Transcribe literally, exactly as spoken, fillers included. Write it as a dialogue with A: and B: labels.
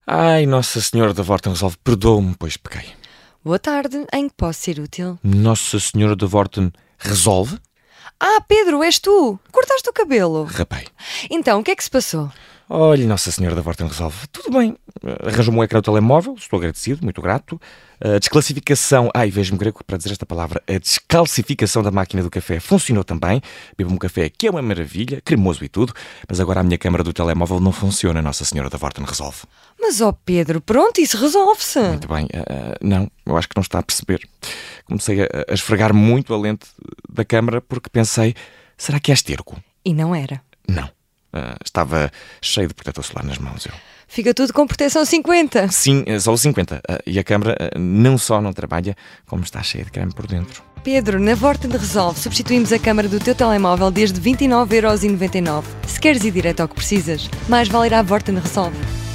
A: Ai, Nossa Senhora da Vorten resolve, perdoa-me, pois pequei.
B: Boa tarde, em que posso ser útil?
A: Nossa Senhora da Vorten resolve?
B: Ah, Pedro, és tu! Cortaste o cabelo.
A: Rapei.
B: Então, o que é que se passou?
A: Olhe, Nossa Senhora da Vorten resolve. Tudo bem. Arranjou-me um ecrã do telemóvel, estou agradecido, muito grato. A desclassificação, ai, vejo-me grego para dizer esta palavra, a descalcificação da máquina do café funcionou também. Bebo um café que é uma maravilha, cremoso e tudo, mas agora a minha câmara do telemóvel não funciona, Nossa Senhora da Vorten resolve.
B: Mas, ó Pedro, pronto, isso resolve-se.
A: Muito bem, uh, não, eu acho que não está a perceber. Comecei a, a esfregar muito a lente da câmara porque pensei, será que é esterco?
B: E não era.
A: Não, uh, estava cheio de protetor solar nas mãos, eu.
B: Fica tudo com proteção cinquenta.
A: Sim, só o cinquenta. Uh, e a câmara uh, não só não trabalha, como está cheia de creme por dentro.
B: Pedro, na Vorten Resolve substituímos a câmara do teu telemóvel desde vinte e nove euros e noventa e nove. Se queres ir direto ao que precisas, mais vale ir à Vorten Resolve.